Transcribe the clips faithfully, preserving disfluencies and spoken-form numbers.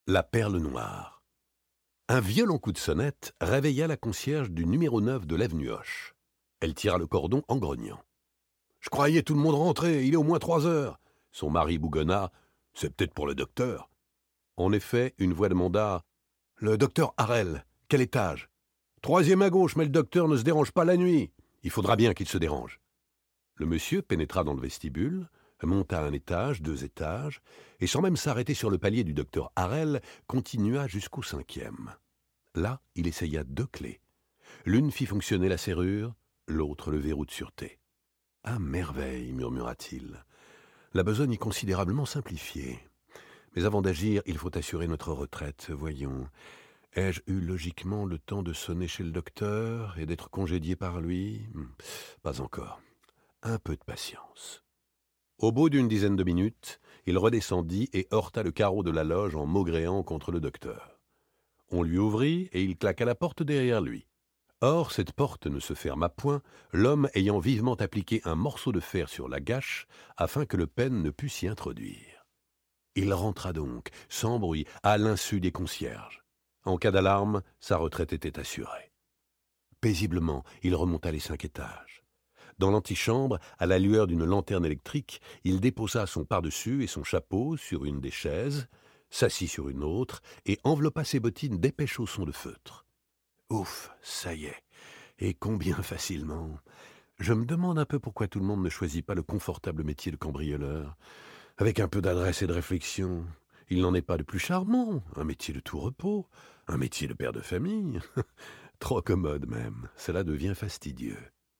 La perle noire. Un violent coup de sonnette réveilla la concierge du numéro neuf de l'avenue Hoche. Elle tira le cordon en grognant. « Je croyais tout le monde rentré, il est au moins trois heures. » Son mari bougonna. « C'est peut-être pour le docteur. » En effet, une voix demanda « Le docteur Harel, quel étage ?»« Troisième à gauche, mais le docteur ne se dérange pas la nuit. Il faudra bien qu'il se dérange. » Le monsieur pénétra dans le vestibule, monta un étage, deux étages, et sans même s'arrêter sur le palier du docteur Harel, continua jusqu'au cinquième. Là, il essaya deux clés. L'une fit fonctionner la serrure, l'autre le verrou de sûreté. « À merveille !» murmura-t-il. « La besogne est considérablement simplifiée. Mais avant d'agir, il faut assurer notre retraite. Voyons, ai-je eu logiquement le temps de sonner chez le docteur et d'être congédié par lui ? Pas encore. Un peu de patience. » Au bout d'une dizaine de minutes, il redescendit et heurta le carreau de la loge en maugréant contre le docteur. On lui ouvrit et il claqua la porte derrière lui. Or, cette porte ne se ferma point, l'homme ayant vivement appliqué un morceau de fer sur la gâche afin que le pêne ne pût s'y introduire. Il rentra donc, sans bruit, à l'insu des concierges. En cas d'alarme, sa retraite était assurée. Paisiblement, il remonta les cinq étages. Dans l'antichambre, à la lueur d'une lanterne électrique, il déposa son pardessus et son chapeau sur une des chaises, s'assit sur une autre et enveloppa ses bottines d'épais chaussons de feutre. Ouf, ça y est, et combien facilement. Je me demande un peu pourquoi tout le monde ne choisit pas le confortable métier de cambrioleur. Avec un peu d'adresse et de réflexion, il n'en est pas de plus charmant, un métier de tout repos, un métier de père de famille. Trop commode même, cela devient fastidieux.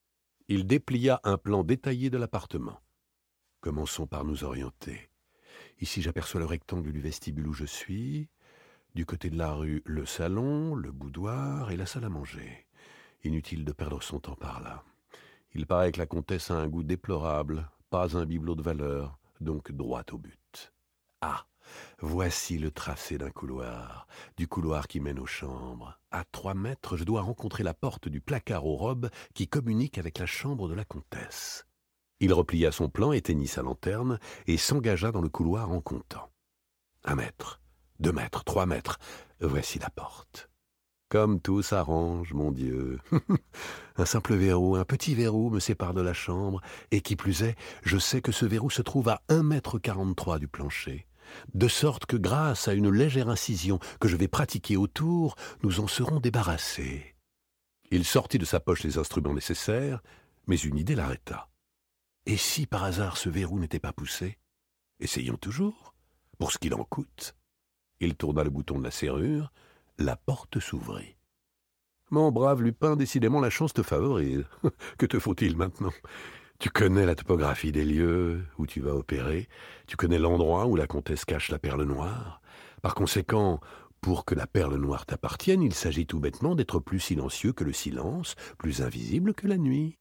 Il déplia un plan détaillé de l'appartement. Commençons par nous orienter. Ici, j'aperçois le rectangle du vestibule où je suis. Du côté de la rue, le salon, le boudoir et la salle à manger. Inutile de perdre son temps par là. Il paraît que la comtesse a un goût déplorable, pas un bibelot de valeur, donc droit au but. Ah, voici le tracé d'un couloir, du couloir qui mène aux chambres. À trois mètres, je dois rencontrer la porte du placard aux robes qui communique avec la chambre de la comtesse. Il replia son plan, éteignit sa lanterne et s'engagea dans le couloir en comptant. Un mètre, deux mètres, trois mètres, voici la porte. Comme tout s'arrange, mon Dieu. Un simple verrou, un petit verrou me sépare de la chambre, et qui plus est, je sais que ce verrou se trouve à un mètre quarante-trois du plancher. De sorte que grâce à une légère incision que je vais pratiquer autour, nous en serons débarrassés. Il sortit de sa poche les instruments nécessaires, mais une idée l'arrêta. Et si par hasard ce verrou n'était pas poussé ? Essayons toujours, pour ce qu'il en coûte. Il tourna le bouton de la serrure, la porte s'ouvrit. Mon brave Lupin, décidément la chance te favorise. Que te faut-il maintenant ? Tu connais la topographie des lieux où tu vas opérer, tu connais l'endroit où la comtesse cache la perle noire. Par conséquent, pour que la perle noire t'appartienne, il s'agit tout bêtement d'être plus silencieux que le silence, plus invisible que la nuit.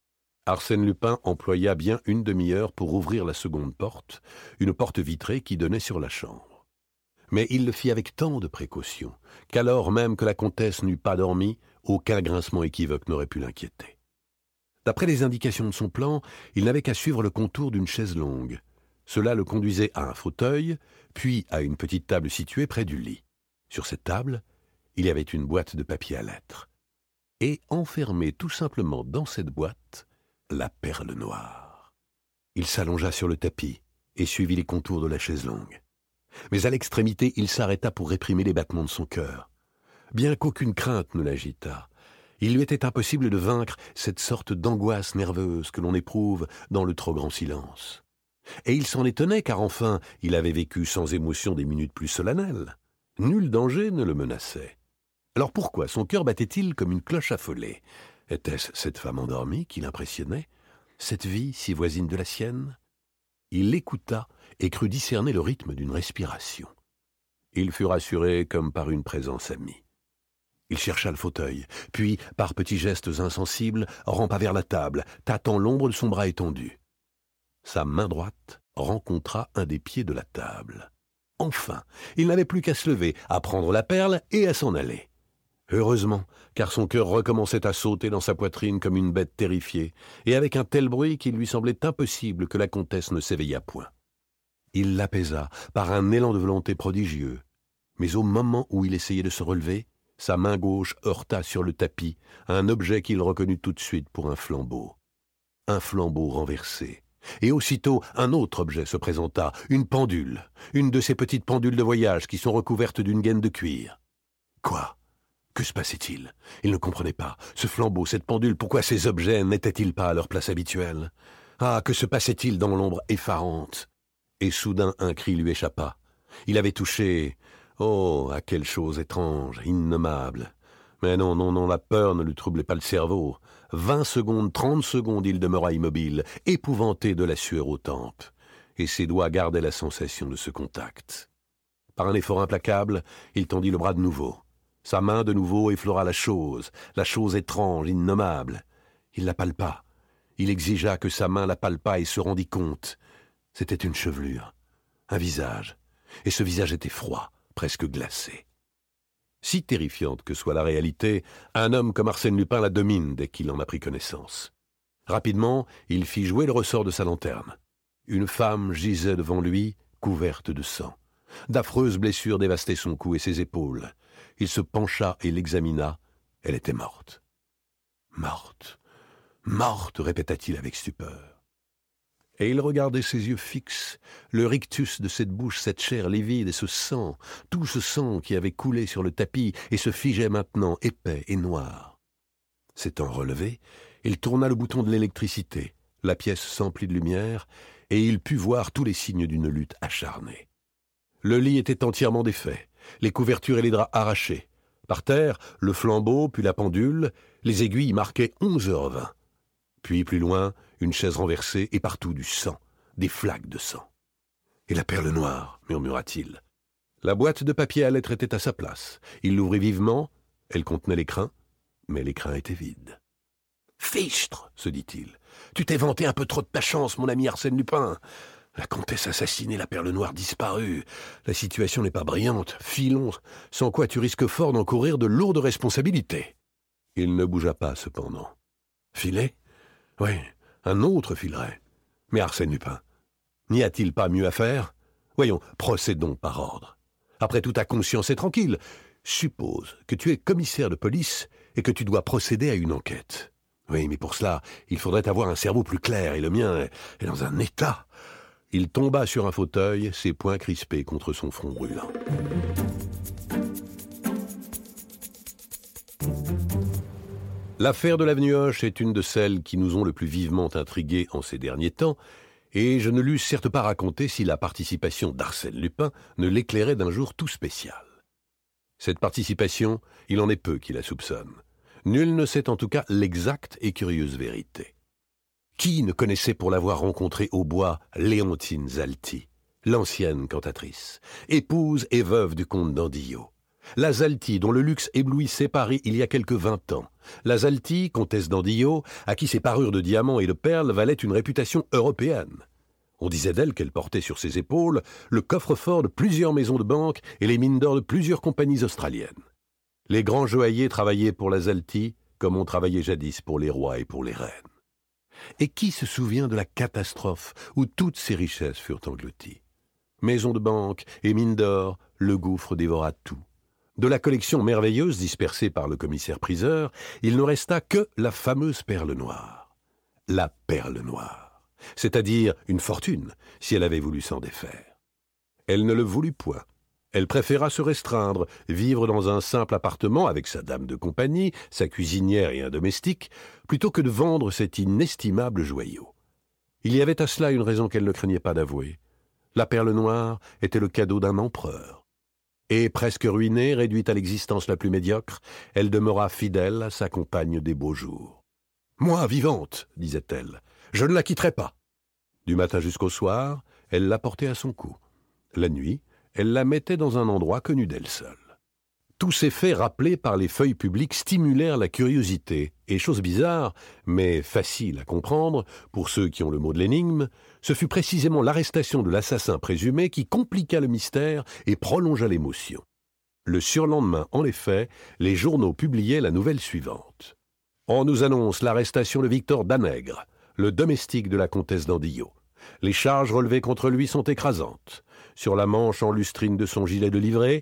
Arsène Lupin employa bien une demi-heure pour ouvrir la seconde porte, une porte vitrée qui donnait sur la chambre. Mais il le fit avec tant de précaution qu'alors même que la comtesse n'eût pas dormi, aucun grincement équivoque n'aurait pu l'inquiéter. D'après les indications de son plan, il n'avait qu'à suivre le contour d'une chaise longue. Cela le conduisait à un fauteuil, puis à une petite table située près du lit. Sur cette table, il y avait une boîte de papier à lettres. Et enfermée tout simplement dans cette boîte, la perle noire. Il s'allongea sur le tapis et suivit les contours de la chaise longue. Mais à l'extrémité, il s'arrêta pour réprimer les battements de son cœur. Bien qu'aucune crainte ne l'agitât, il lui était impossible de vaincre cette sorte d'angoisse nerveuse que l'on éprouve dans le trop grand silence. Et il s'en étonnait car enfin, il avait vécu sans émotion des minutes plus solennelles. Nul danger ne le menaçait. Alors pourquoi son cœur battait-il comme une cloche affolée ? Était-ce cette femme endormie qui l'impressionnait ? Cette vie si voisine de la sienne ? Il l'écouta et crut discerner le rythme d'une respiration. Il fut rassuré comme par une présence amie. Il chercha le fauteuil, puis, par petits gestes insensibles, rampa vers la table, tâtant l'ombre de son bras étendu. Sa main droite rencontra un des pieds de la table. Enfin, il n'avait plus qu'à se lever, à prendre la perle et à s'en aller. Heureusement, car son cœur recommençait à sauter dans sa poitrine comme une bête terrifiée, et avec un tel bruit qu'il lui semblait impossible que la comtesse ne s'éveillât point. Il l'apaisa par un élan de volonté prodigieux. Mais au moment où il essayait de se relever, sa main gauche heurta sur le tapis un objet qu'il reconnut tout de suite pour un flambeau. Un flambeau renversé. Et aussitôt, un autre objet se présenta, une pendule, une de ces petites pendules de voyage qui sont recouvertes d'une gaine de cuir. Quoi ? Que se passait-il ? Il ne comprenait pas. Ce flambeau, cette pendule, pourquoi ces objets n'étaient-ils pas à leur place habituelle ? Ah, que se passait-il dans l'ombre effarante ? Et soudain, un cri lui échappa. Il avait touché... Oh, à quelle chose étrange, innommable. Mais non, non, non, la peur ne lui troublait pas le cerveau. Vingt secondes, trente secondes, il demeura immobile, épouvanté de la sueur aux tempes. Et ses doigts gardaient la sensation de ce contact. Par un effort implacable, il tendit le bras de nouveau. Sa main de nouveau effleura la chose, la chose étrange, innommable. Il la palpa. Il exigea que sa main la palpât et se rendit compte. C'était une chevelure, un visage. Et ce visage était froid, presque glacé. Si terrifiante que soit la réalité, un homme comme Arsène Lupin la domine dès qu'il en a pris connaissance. Rapidement, il fit jouer le ressort de sa lanterne. Une femme gisait devant lui, couverte de sang. D'affreuses blessures dévastaient son cou et ses épaules. Il se pencha et l'examina. Elle était morte. Morte, morte, répéta-t-il avec stupeur. Et il regardait ses yeux fixes, le rictus de cette bouche, cette chair livide et ce sang, tout ce sang qui avait coulé sur le tapis et se figeait maintenant épais et noir. S'étant relevé, il tourna le bouton de l'électricité, la pièce s'emplit de lumière, et il put voir tous les signes d'une lutte acharnée. Le lit était entièrement défait, les couvertures et les draps arrachés. Par terre, le flambeau, puis la pendule, les aiguilles marquaient onze heures vingt. Puis, plus loin, une chaise renversée et partout du sang, des flaques de sang. « Et la perle noire » murmura-t-il. La boîte de papier à lettres était à sa place. Il l'ouvrit vivement. Elle contenait l'écrin, mais l'écrin était vide. « Fichtre !» se dit-il. « Tu t'es vanté un peu trop de ta chance, mon ami Arsène Lupin. La comtesse assassinée, la perle noire disparue. La situation n'est pas brillante. Filons, sans quoi tu risques fort d'encourir de lourdes responsabilités. » Il ne bougea pas, cependant. « Filer ? Oui, un autre filerait. Mais Arsène Lupin, n'y a-t-il pas mieux à faire ? Voyons, procédons par ordre. Après tout, ta conscience est tranquille. Suppose que tu es commissaire de police et que tu dois procéder à une enquête. Oui, mais pour cela, il faudrait avoir un cerveau plus clair, et le mien est dans un état. » Il tomba sur un fauteuil, ses poings crispés contre son front brûlant. L'affaire de l'avenue Hoche est une de celles qui nous ont le plus vivement intrigués en ces derniers temps, et je ne l'eusse certes pas raconté si la participation d'Arsène Lupin ne l'éclairait d'un jour tout spécial. Cette participation, il en est peu qui la soupçonnent. Nul ne sait en tout cas l'exacte et curieuse vérité. Qui ne connaissait pour l'avoir rencontrée au bois Léontine Zalti, l'ancienne cantatrice, épouse et veuve du comte d'Andillot? La Zalti, dont le luxe éblouissait Paris il y a quelque vingt ans. La Zalti, comtesse d'Andillot, à qui ses parures de diamants et de perles valaient une réputation européenne. On disait d'elle qu'elle portait sur ses épaules le coffre-fort de plusieurs maisons de banque et les mines d'or de plusieurs compagnies australiennes. Les grands joailliers travaillaient pour la Zalti comme on travaillait jadis pour les rois et pour les reines. Et qui se souvient de la catastrophe où toutes ces richesses furent englouties? Maisons de banque et mines d'or, le gouffre dévora tout. De la collection merveilleuse dispersée par le commissaire-priseur, il ne resta que la fameuse perle noire. La perle noire, c'est-à-dire une fortune, si elle avait voulu s'en défaire. Elle ne le voulut point. Elle préféra se restreindre, vivre dans un simple appartement avec sa dame de compagnie, sa cuisinière et un domestique, plutôt que de vendre cet inestimable joyau. Il y avait à cela une raison qu'elle ne craignait pas d'avouer. La perle noire était le cadeau d'un empereur. Et presque ruinée, réduite à l'existence la plus médiocre, elle demeura fidèle à sa compagne des beaux jours. « Moi, vivante, disait-elle, je ne la quitterai pas. » Du matin jusqu'au soir, elle la portait à son cou. La nuit, elle la mettait dans un endroit connu d'elle seule. Tous ces faits rappelés par les feuilles publiques stimulèrent la curiosité, et chose bizarre, mais facile à comprendre, pour ceux qui ont le mot de l'énigme, ce fut précisément l'arrestation de l'assassin présumé qui compliqua le mystère et prolongea l'émotion. Le surlendemain, en effet, les journaux publiaient la nouvelle suivante. « On nous annonce l'arrestation de Victor Danègre, le domestique de la comtesse d'Andillot. Les charges relevées contre lui sont écrasantes. Sur la manche en lustrine de son gilet de livrée,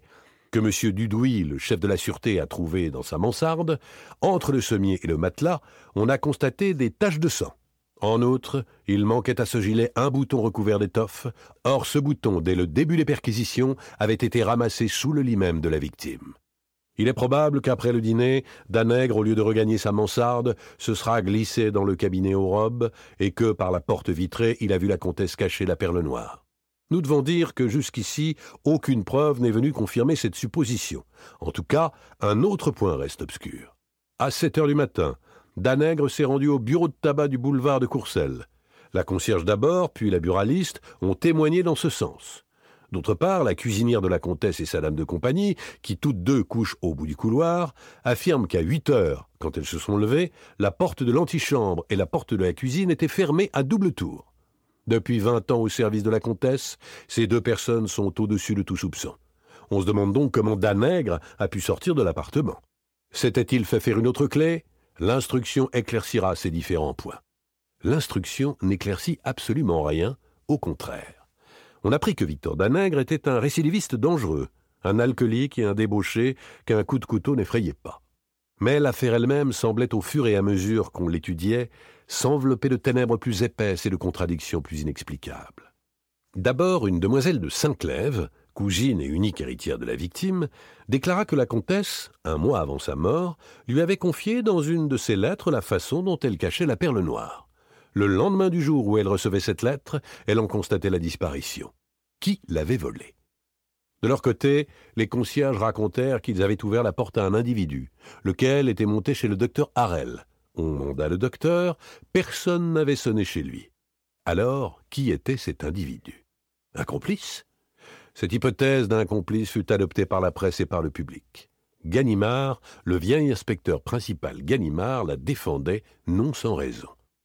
que M. Dudouis, le chef de la sûreté, a trouvé dans sa mansarde, entre le sommier et le matelas, on a constaté des taches de sang. En outre, il manquait à ce gilet un bouton recouvert d'étoffe. Or, ce bouton, dès le début des perquisitions, avait été ramassé sous le lit même de la victime. Il est probable qu'après le dîner, Danègre, au lieu de regagner sa mansarde, se sera glissé dans le cabinet aux robes et que, par la porte vitrée, il a vu la comtesse cacher la perle noire. Nous devons dire que jusqu'ici, aucune preuve n'est venue confirmer cette supposition. En tout cas, un autre point reste obscur. À sept heures du matin, Danègre s'est rendu au bureau de tabac du boulevard de Courcelles. La concierge d'abord, puis la buraliste, ont témoigné dans ce sens. D'autre part, la cuisinière de la comtesse et sa dame de compagnie, qui toutes deux couchent au bout du couloir, affirment qu'à huit heures, quand elles se sont levées, la porte de l'antichambre et la porte de la cuisine étaient fermées à double tour. Depuis vingt ans au service de la comtesse, ces deux personnes sont au-dessus de tout soupçon. On se demande donc comment Danègre a pu sortir de l'appartement. S'était-il fait faire une autre clé ? L'instruction éclaircira ces différents points. L'instruction n'éclaircit absolument rien, au contraire. On apprit que Victor Danègre était un récidiviste dangereux, un alcoolique et un débauché qu'un coup de couteau n'effrayait pas. Mais l'affaire elle-même semblait, au fur et à mesure qu'on l'étudiait, s'envelopper de ténèbres plus épaisses et de contradictions plus inexplicables. D'abord, une demoiselle de Saint-Clèves, cousine et unique héritière de la victime, déclara que la comtesse, un mois avant sa mort, lui avait confié dans une de ses lettres la façon dont elle cachait la perle noire. Le lendemain du jour où elle recevait cette lettre, elle en constatait la disparition. Qui l'avait volée ? De leur côté, les concierges racontèrent qu'ils avaient ouvert la porte à un individu, lequel était monté chez le docteur Harel. On manda le docteur, personne n'avait sonné chez lui. Alors, qui était cet individu ? Un complice ? Cette hypothèse d'un complice fut adoptée par la presse et par le public. Ganimard, le vieil inspecteur principal Ganimard, la défendait, non sans raison.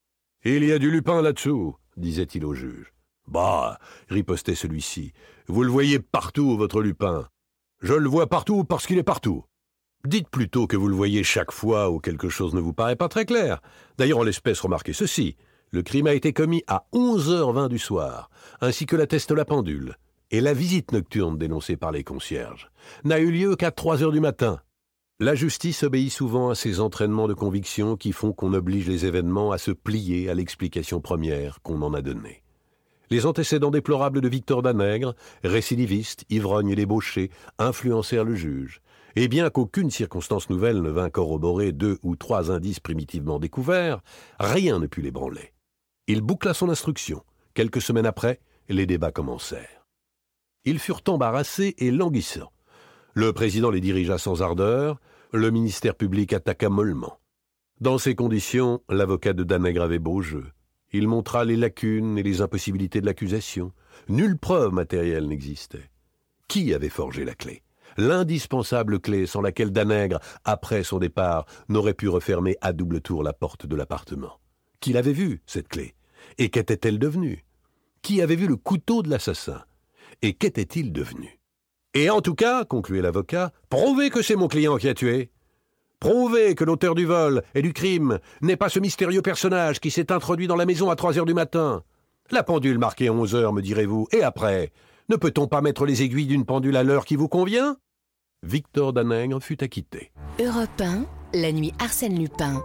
« Il y a du Lupin là-dessous », disait-il au juge. « Bah », ripostait celui-ci, « vous le voyez partout, votre Lupin. Je le vois partout parce qu'il est partout. Dites plutôt que vous le voyez chaque fois où quelque chose ne vous paraît pas très clair. D'ailleurs, en l'espèce, remarquez ceci. Le crime a été commis à onze heures vingt du soir, ainsi que l'atteste la pendule. Et la visite nocturne dénoncée par les concierges n'a eu lieu qu'à trois heures du matin. La justice obéit souvent à ces entraînements de conviction qui font qu'on oblige les événements à se plier à l'explication première qu'on en a donnée. Les antécédents déplorables de Victor Danègre, récidiviste, ivrogne et débauché, influencèrent le juge. Et bien qu'aucune circonstance nouvelle ne vint corroborer deux ou trois indices primitivement découverts, rien ne put l'ébranler. Il boucla son instruction. Quelques semaines après, les débats commencèrent. Ils furent embarrassés et languissants. Le président les dirigea sans ardeur, le ministère public attaqua mollement. Dans ces conditions, l'avocat de Danègre avait beau jeu. Il montra les lacunes et les impossibilités de l'accusation. Nulle preuve matérielle n'existait. Qui avait forgé la clé ? L'indispensable clé sans laquelle Danègre, après son départ, n'aurait pu refermer à double tour la porte de l'appartement. Qui l'avait vue, cette clé ? Et qu'était-elle devenue ? Qui avait vu le couteau de l'assassin ? Et qu'était-il devenu ? Et en tout cas, concluait l'avocat, prouvez que c'est mon client qui a tué. Prouvez que l'auteur du vol et du crime n'est pas ce mystérieux personnage qui s'est introduit dans la maison à trois heures du matin. La pendule marquait onze heures, me direz-vous, et après, ne peut-on pas mettre les aiguilles d'une pendule à l'heure qui vous convient ? Victor Danègre fut acquitté. Europe un, la nuit Arsène Lupin.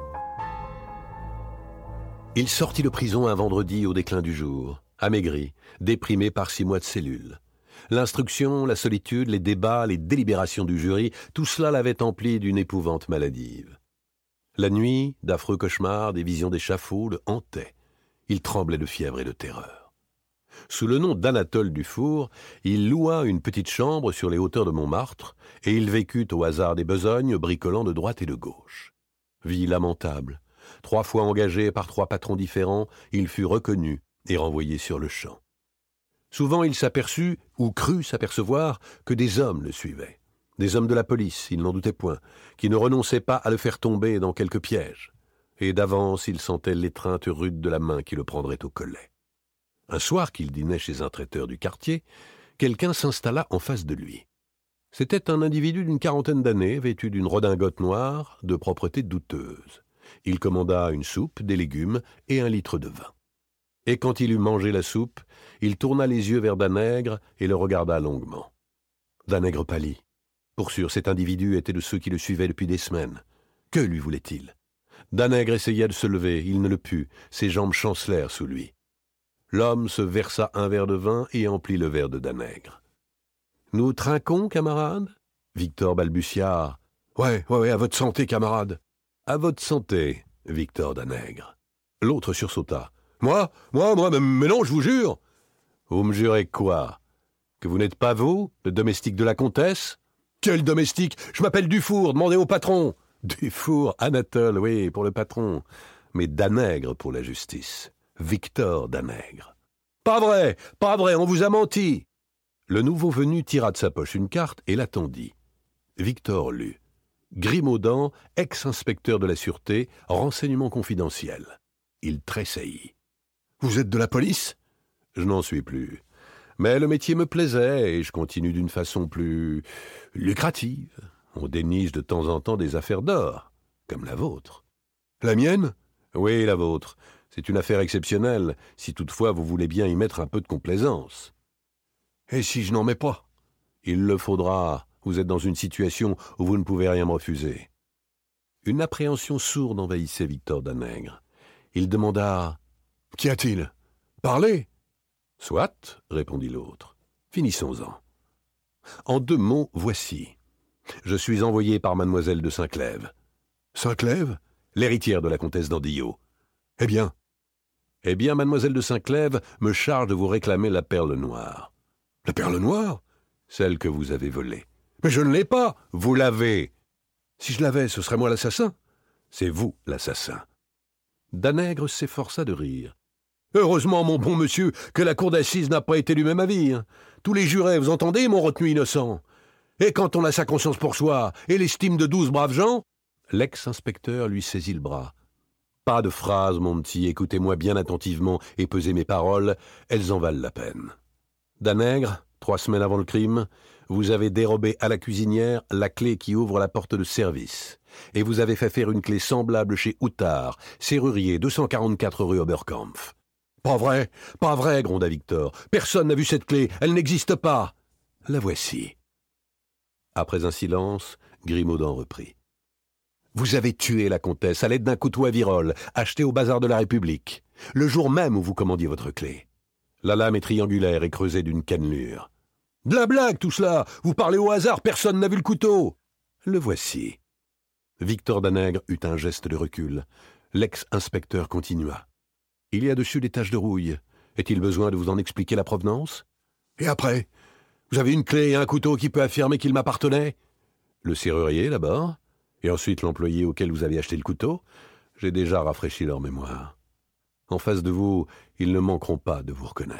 Il sortit de prison un vendredi au déclin du jour, amaigri, déprimé par six mois de cellule. L'instruction, la solitude, les débats, les délibérations du jury, tout cela l'avait empli d'une épouvante maladive. La nuit, d'affreux cauchemars, des visions d'échafaud le hantaient. Il tremblait de fièvre et de terreur. Sous le nom d'Anatole Dufour, il loua une petite chambre sur les hauteurs de Montmartre et il vécut au hasard des besognes, bricolant de droite et de gauche. Vie lamentable. Trois fois engagé par trois patrons différents, il fut reconnu et renvoyé sur le champ. Souvent il s'aperçut, ou crut s'apercevoir, que des hommes le suivaient. Des hommes de la police, il n'en doutait point, qui ne renonçaient pas à le faire tomber dans quelque piège. Et d'avance il sentait l'étreinte rude de la main qui le prendrait au collet. Un soir qu'il dînait chez un traiteur du quartier, quelqu'un s'installa en face de lui. C'était un individu d'une quarantaine d'années, vêtu d'une redingote noire, de propreté douteuse. Il commanda une soupe, des légumes et un litre de vin. Et quand il eut mangé la soupe, il tourna les yeux vers Danègre et le regarda longuement. Danègre pâlit. « Pour sûr, cet individu était de ceux qui le suivaient depuis des semaines. Que lui voulait-il? Danègre essaya de se lever, il ne le put, ses jambes chancelèrent sous lui. L'homme se versa un verre de vin et emplit le verre de Danègre. « Nous trinquons, camarade ?» Victor balbutia. « Ouais, ouais, ouais, à votre santé, camarade. »« À votre santé, Victor Danègre. » L'autre sursauta. « Moi Moi Moi Mais, mais non, je vous jure !»« Vous me jurez quoi? Que vous n'êtes pas vous, le domestique de la comtesse ?»« Quel domestique? Je m'appelle Dufour, demandez au patron !»« Dufour, Anatole, oui, pour le patron, mais Danègre pour la justice. Victor Danègre. »« Pas vrai, pas vrai, on vous a menti !» Le nouveau venu tira de sa poche une carte et l'attendit. Victor lut. Grimaudan, ex-inspecteur de la sûreté, renseignement confidentiel. Il tressaillit. « Vous êtes de la police ?»« Je n'en suis plus. Mais le métier me plaisait et je continue d'une façon plus lucrative. On déniche de temps en temps des affaires d'or, comme la vôtre. »« La mienne ?»« Oui, la vôtre. C'est une affaire exceptionnelle, si toutefois vous voulez bien y mettre un peu de complaisance. »« Et si je n'en mets pas ?»« Il le faudra. Vous êtes dans une situation où vous ne pouvez rien me refuser. » Une appréhension sourde envahissait Victor Danègre. Il demanda « Qu'y a-t-il? Parlez !»« Soit, » répondit l'autre. « Finissons-en. En deux mots, voici. Je suis envoyé par mademoiselle de Saint-Clèves. »« Saint-Clèves ?» ?»« L'héritière de la comtesse d'Andillot. »« Eh bien ?»« Eh bien, mademoiselle de Saint-Clèves me charge de vous réclamer la perle noire. »« La perle noire ?»« Celle que vous avez volée. »« Mais je ne l'ai pas !»« Vous l'avez. »« Si je l'avais, ce serait moi l'assassin. »« C'est vous l'assassin. » Danègre s'efforça de rire. « Heureusement, mon bon monsieur, que la cour d'assises n'a pas été du même avis. Hein. Tous les jurés, vous entendez, m'ont retenu innocent. Et quand on a sa conscience pour soi et l'estime de douze braves gens... » L'ex-inspecteur lui saisit le bras. « Pas de phrases, mon petit, écoutez-moi bien attentivement et pesez mes paroles, elles en valent la peine. Danègre, trois semaines avant le crime, vous avez dérobé à la cuisinière la clé qui ouvre la porte de service. Et vous avez fait faire une clé semblable chez Outard, serrurier, deux cent quarante-quatre rue Oberkampf. »« Pas vrai, pas vrai, gronda Victor. Personne n'a vu cette clé, elle n'existe pas. »« La voici. » Après un silence, Grimaudan reprit. « Vous avez tué la comtesse à l'aide d'un couteau à virole, acheté au bazar de la République, le jour même où vous commandiez votre clé. La lame est triangulaire et creusée d'une cannelure. »« De la blague, tout cela. Vous parlez au hasard, personne n'a vu le couteau. »« Le voici. » Victor Danègre eut un geste de recul. L'ex-inspecteur continua. « Il y a dessus des taches de rouille. Est-il besoin de vous en expliquer la provenance? Et après? Vous avez une clé et un couteau qui peut affirmer qu'il m'appartenait? Le serrurier, d'abord, et ensuite l'employé auquel vous avez acheté le couteau. J'ai déjà rafraîchi leur mémoire. En face de vous, ils ne manqueront pas de vous reconnaître. »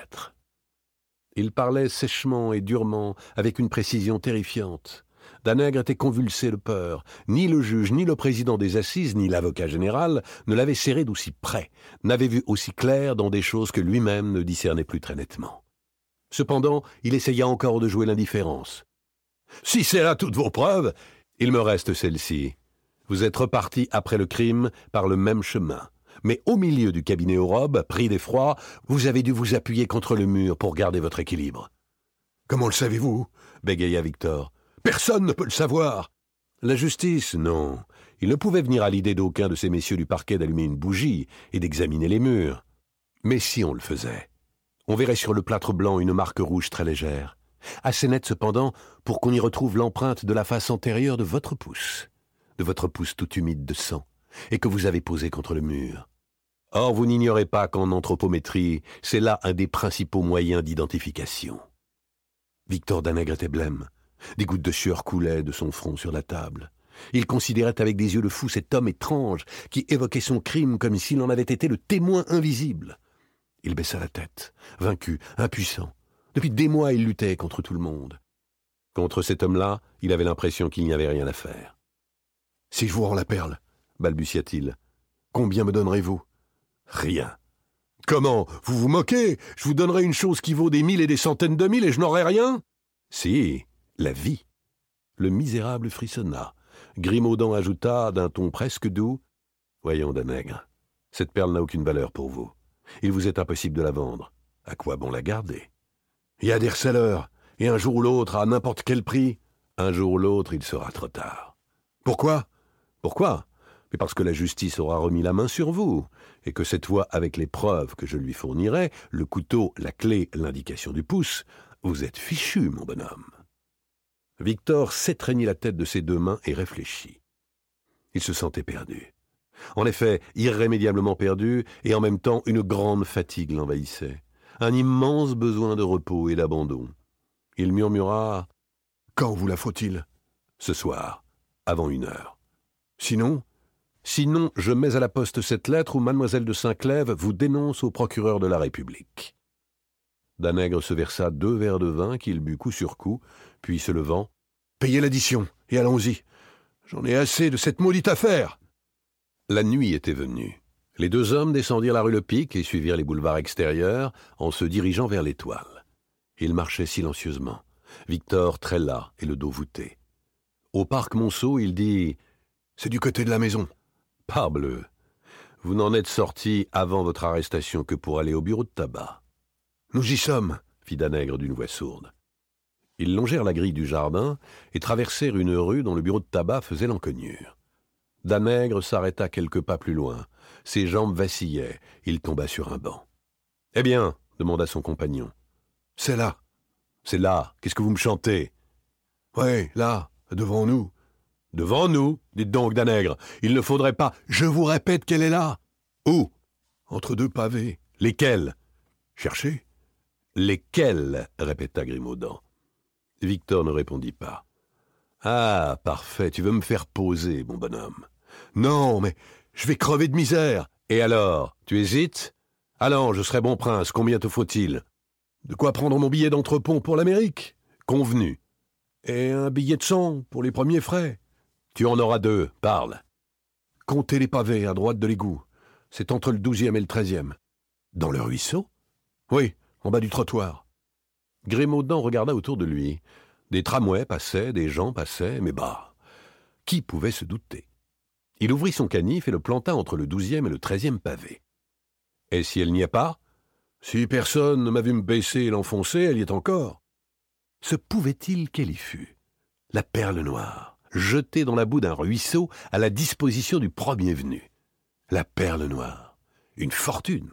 Il parlait sèchement et durement, avec une précision terrifiante. Danègre était convulsé de peur. Ni le juge, ni le président des assises, ni l'avocat général ne l'avaient serré d'aussi près, n'avaient vu aussi clair dans des choses que lui-même ne discernait plus très nettement. Cependant, il essaya encore de jouer l'indifférence. « Si c'est là toutes vos preuves, il me reste celle-ci. Vous êtes reparti après le crime par le même chemin. Mais au milieu du cabinet aux robes, pris d'effroi, vous avez dû vous appuyer contre le mur pour garder votre équilibre. »« Comment le savez-vous » bégaya Victor. « Personne ne peut le savoir. » La justice, non. Il ne pouvait venir à l'idée d'aucun de ces messieurs du parquet d'allumer une bougie et d'examiner les murs. Mais si on le faisait, on verrait sur le plâtre blanc une marque rouge très légère, assez nette cependant pour qu'on y retrouve l'empreinte de la face antérieure de votre pouce, de votre pouce tout humide de sang, et que vous avez posé contre le mur. Or, vous n'ignorez pas qu'en anthropométrie, c'est là un des principaux moyens d'identification. Victor Danègre était blême. Des gouttes de sueur coulaient de son front sur la table. Il considérait avec des yeux de fou cet homme étrange qui évoquait son crime comme s'il en avait été le témoin invisible. Il baissa la tête, vaincu, impuissant. Depuis des mois, il luttait contre tout le monde. Contre cet homme-là, il avait l'impression qu'il n'y avait rien à faire. « Si je vous rends la perle, » balbutia-t-il, « combien me donnerez-vous ?»« Rien. »« Comment? Vous vous moquez? Je vous donnerai une chose qui vaut des mille et des centaines de mille et je n'aurai rien ?»« Si, la vie. » Le misérable frissonna. Grimaudan ajouta d'un ton presque doux, « Voyons, Danègre, cette perle n'a aucune valeur pour vous. Il vous est impossible de la vendre. À quoi bon la garder? Il y a des reselleurs, et un jour ou l'autre, à n'importe quel prix, Un jour ou l'autre, il sera trop tard. Pourquoi ? Pourquoi ? Mais parce que la justice aura remis la main sur vous, et que cette fois, avec les preuves que je lui fournirai, le couteau, la clé, l'indication du pouce, vous êtes fichu, mon bonhomme. Victor s'étreignit la tête de ses deux mains et réfléchit. Il se sentait perdu. En effet, irrémédiablement perdu, et en même temps une grande fatigue l'envahissait. Un immense besoin de repos et d'abandon. Il murmura « Quand vous la faut-il ?»« Ce soir, avant une heure. »« Sinon ?»« Sinon, je mets à la poste cette lettre où mademoiselle de Saint-Clèves vous dénonce au procureur de la République. » Danègre se versa deux verres de vin qu'il but coup sur coup, puis se levant « Payez l'addition, et allons-y. J'en ai assez de cette maudite affaire !» La nuit était venue. Les deux hommes descendirent la rue Le Pic et suivirent les boulevards extérieurs en se dirigeant vers l'Étoile. Ils marchaient silencieusement, Victor très las et le dos voûté. Au parc Monceau, il dit « C'est du côté de la maison. » « Parbleu, vous n'en êtes sortis avant votre arrestation que pour aller au bureau de tabac. »« Nous y sommes, » fit Danègre d'une voix sourde. Ils longèrent la grille du jardin et traversèrent une rue dont le bureau de tabac faisait l'encoignure. Danègre s'arrêta quelques pas plus loin. Ses jambes vacillaient. Il tomba sur un banc. « Eh bien ?» demanda son compagnon. « C'est là. »« C'est là. Qu'est-ce que vous me chantez ?»« Ouais, là, devant nous. »« Devant nous ? Dites donc, Danègre, il ne faudrait pas... »« Je vous répète qu'elle est là. »« Où ? » ?»« Entre deux pavés. »« Lesquels ? » ?»« Cherchez. »« Lesquels ? » répéta Grimaudan. Victor ne répondit pas. « Ah, parfait, tu veux me faire poser, mon bonhomme. »« Non, mais je vais crever de misère. »« Et alors, tu hésites ? Allons, je serai bon prince, combien te faut-il ? » ?»« De quoi prendre mon billet d'entrepont pour l'Amérique ? » ?»« Convenu. »« Et un billet de sang pour les premiers frais ? » ?»« Tu en auras deux, parle. »« Comptez les pavés à droite de l'égout. C'est entre le douzième et le treizième. »« Dans le ruisseau ? » ?»« Oui, en bas du trottoir. » Grimaudan regarda autour de lui. Des tramways passaient, des gens passaient, mais bah, qui pouvait se douter ? Il ouvrit son canif et le planta entre le douzième et le treizième pavé. Et si elle n'y est pas ? Si personne ne m'a vu me baisser et l'enfoncer, elle y est encore. Se pouvait-il qu'elle y fût ? La perle noire, jetée dans la boue d'un ruisseau à la disposition du premier venu. La perle noire, une fortune.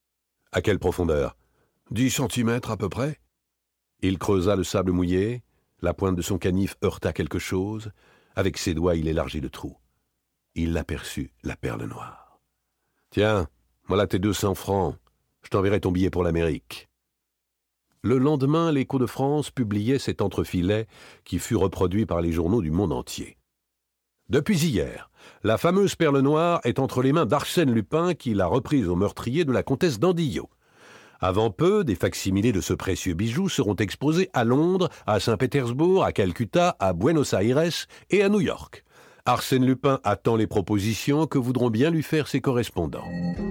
À quelle profondeur ? Dix centimètres à peu près. Il creusa le sable mouillé, la pointe de son canif heurta quelque chose, avec ses doigts il élargit le trou. Il aperçut la perle noire. « Tiens, voilà tes deux cents francs, je t'enverrai ton billet pour l'Amérique. » Le lendemain, l'Écho de France publiait cet entrefilet qui fut reproduit par les journaux du monde entier. Depuis hier, la fameuse perle noire est entre les mains d'Arsène Lupin qui l'a reprise au meurtrier de la comtesse d'Andillot. Avant peu, des facsimilés de ce précieux bijou seront exposés à Londres, à Saint-Pétersbourg, à Calcutta, à Buenos Aires et à New York. Arsène Lupin attend les propositions que voudront bien lui faire ses correspondants.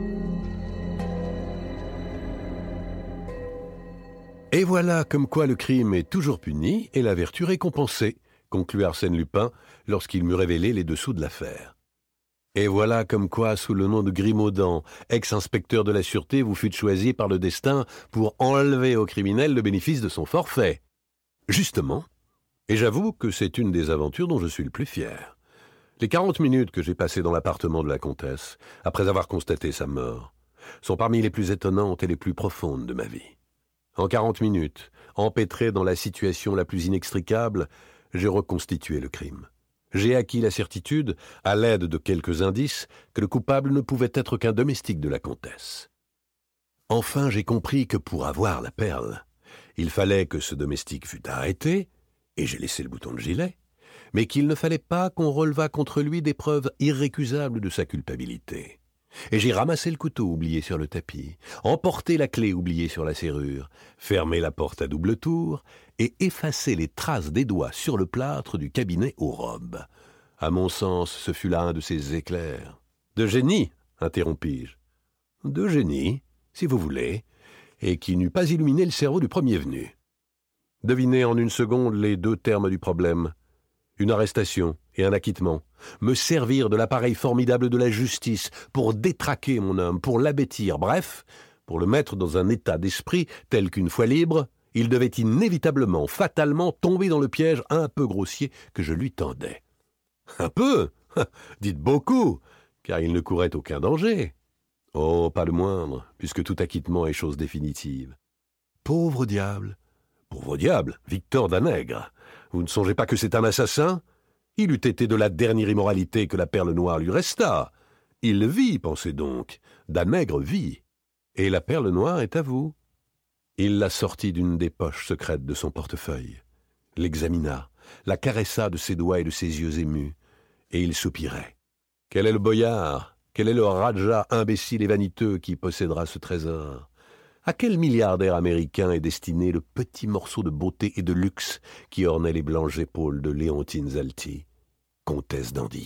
Et voilà comme quoi le crime est toujours puni et la vertu récompensée, conclut Arsène Lupin lorsqu'il m'eut révélé les dessous de l'affaire. Et voilà comme quoi, sous le nom de Grimaudan, ex-inspecteur de la sûreté, vous fûtes choisi par le destin pour enlever au criminel le bénéfice de son forfait. Justement, et j'avoue que c'est une des aventures dont je suis le plus fier. Les quarante minutes que j'ai passées dans l'appartement de la comtesse, après avoir constaté sa mort, sont parmi les plus étonnantes et les plus profondes de ma vie. En quarante minutes, empêtré dans la situation la plus inextricable, j'ai reconstitué le crime. J'ai acquis la certitude, à l'aide de quelques indices, que le coupable ne pouvait être qu'un domestique de la comtesse. Enfin, j'ai compris que pour avoir la perle, il fallait que ce domestique fût arrêté, et j'ai laissé le bouton de gilet, mais qu'il ne fallait pas qu'on relevât contre lui des preuves irrécusables de sa culpabilité. Et j'ai ramassé le couteau oublié sur le tapis, emporté la clé oubliée sur la serrure, fermé la porte à double tour et effacé les traces des doigts sur le plâtre du cabinet aux robes. À mon sens, ce fut là un de ces éclairs. « De génie !» interrompis-je. « De génie, si vous voulez, et qui n'eût pas illuminé le cerveau du premier venu. Devinez en une seconde les deux termes du problème. Une arrestation et un acquittement, me servir de l'appareil formidable de la justice pour détraquer mon homme, pour l'abêtir, bref, pour le mettre dans un état d'esprit tel qu'une fois libre, Il devait inévitablement, fatalement tomber dans le piège un peu grossier que je lui tendais. Un peu ? Dites beaucoup, car il ne courait aucun danger. Oh, pas le moindre, puisque tout acquittement est chose définitive. Pauvre diable ! Pauvre diable, Victor Danègre. Vous ne songez pas que c'est un assassin ? Il eût été de la dernière immoralité que la perle noire lui restât. Il vit, pensez donc. Danègre vit. Et la perle noire est à vous. Il la sortit d'une des poches secrètes de son portefeuille, l'examina, la caressa de ses doigts et de ses yeux émus, et il soupirait. Quel est le boyard, quel est le raja imbécile et vaniteux qui possédera ce trésor ? À quel milliardaire américain est destiné le petit morceau de beauté et de luxe qui ornait les blanches épaules de Léontine Zalti, comtesse d'Andillot ?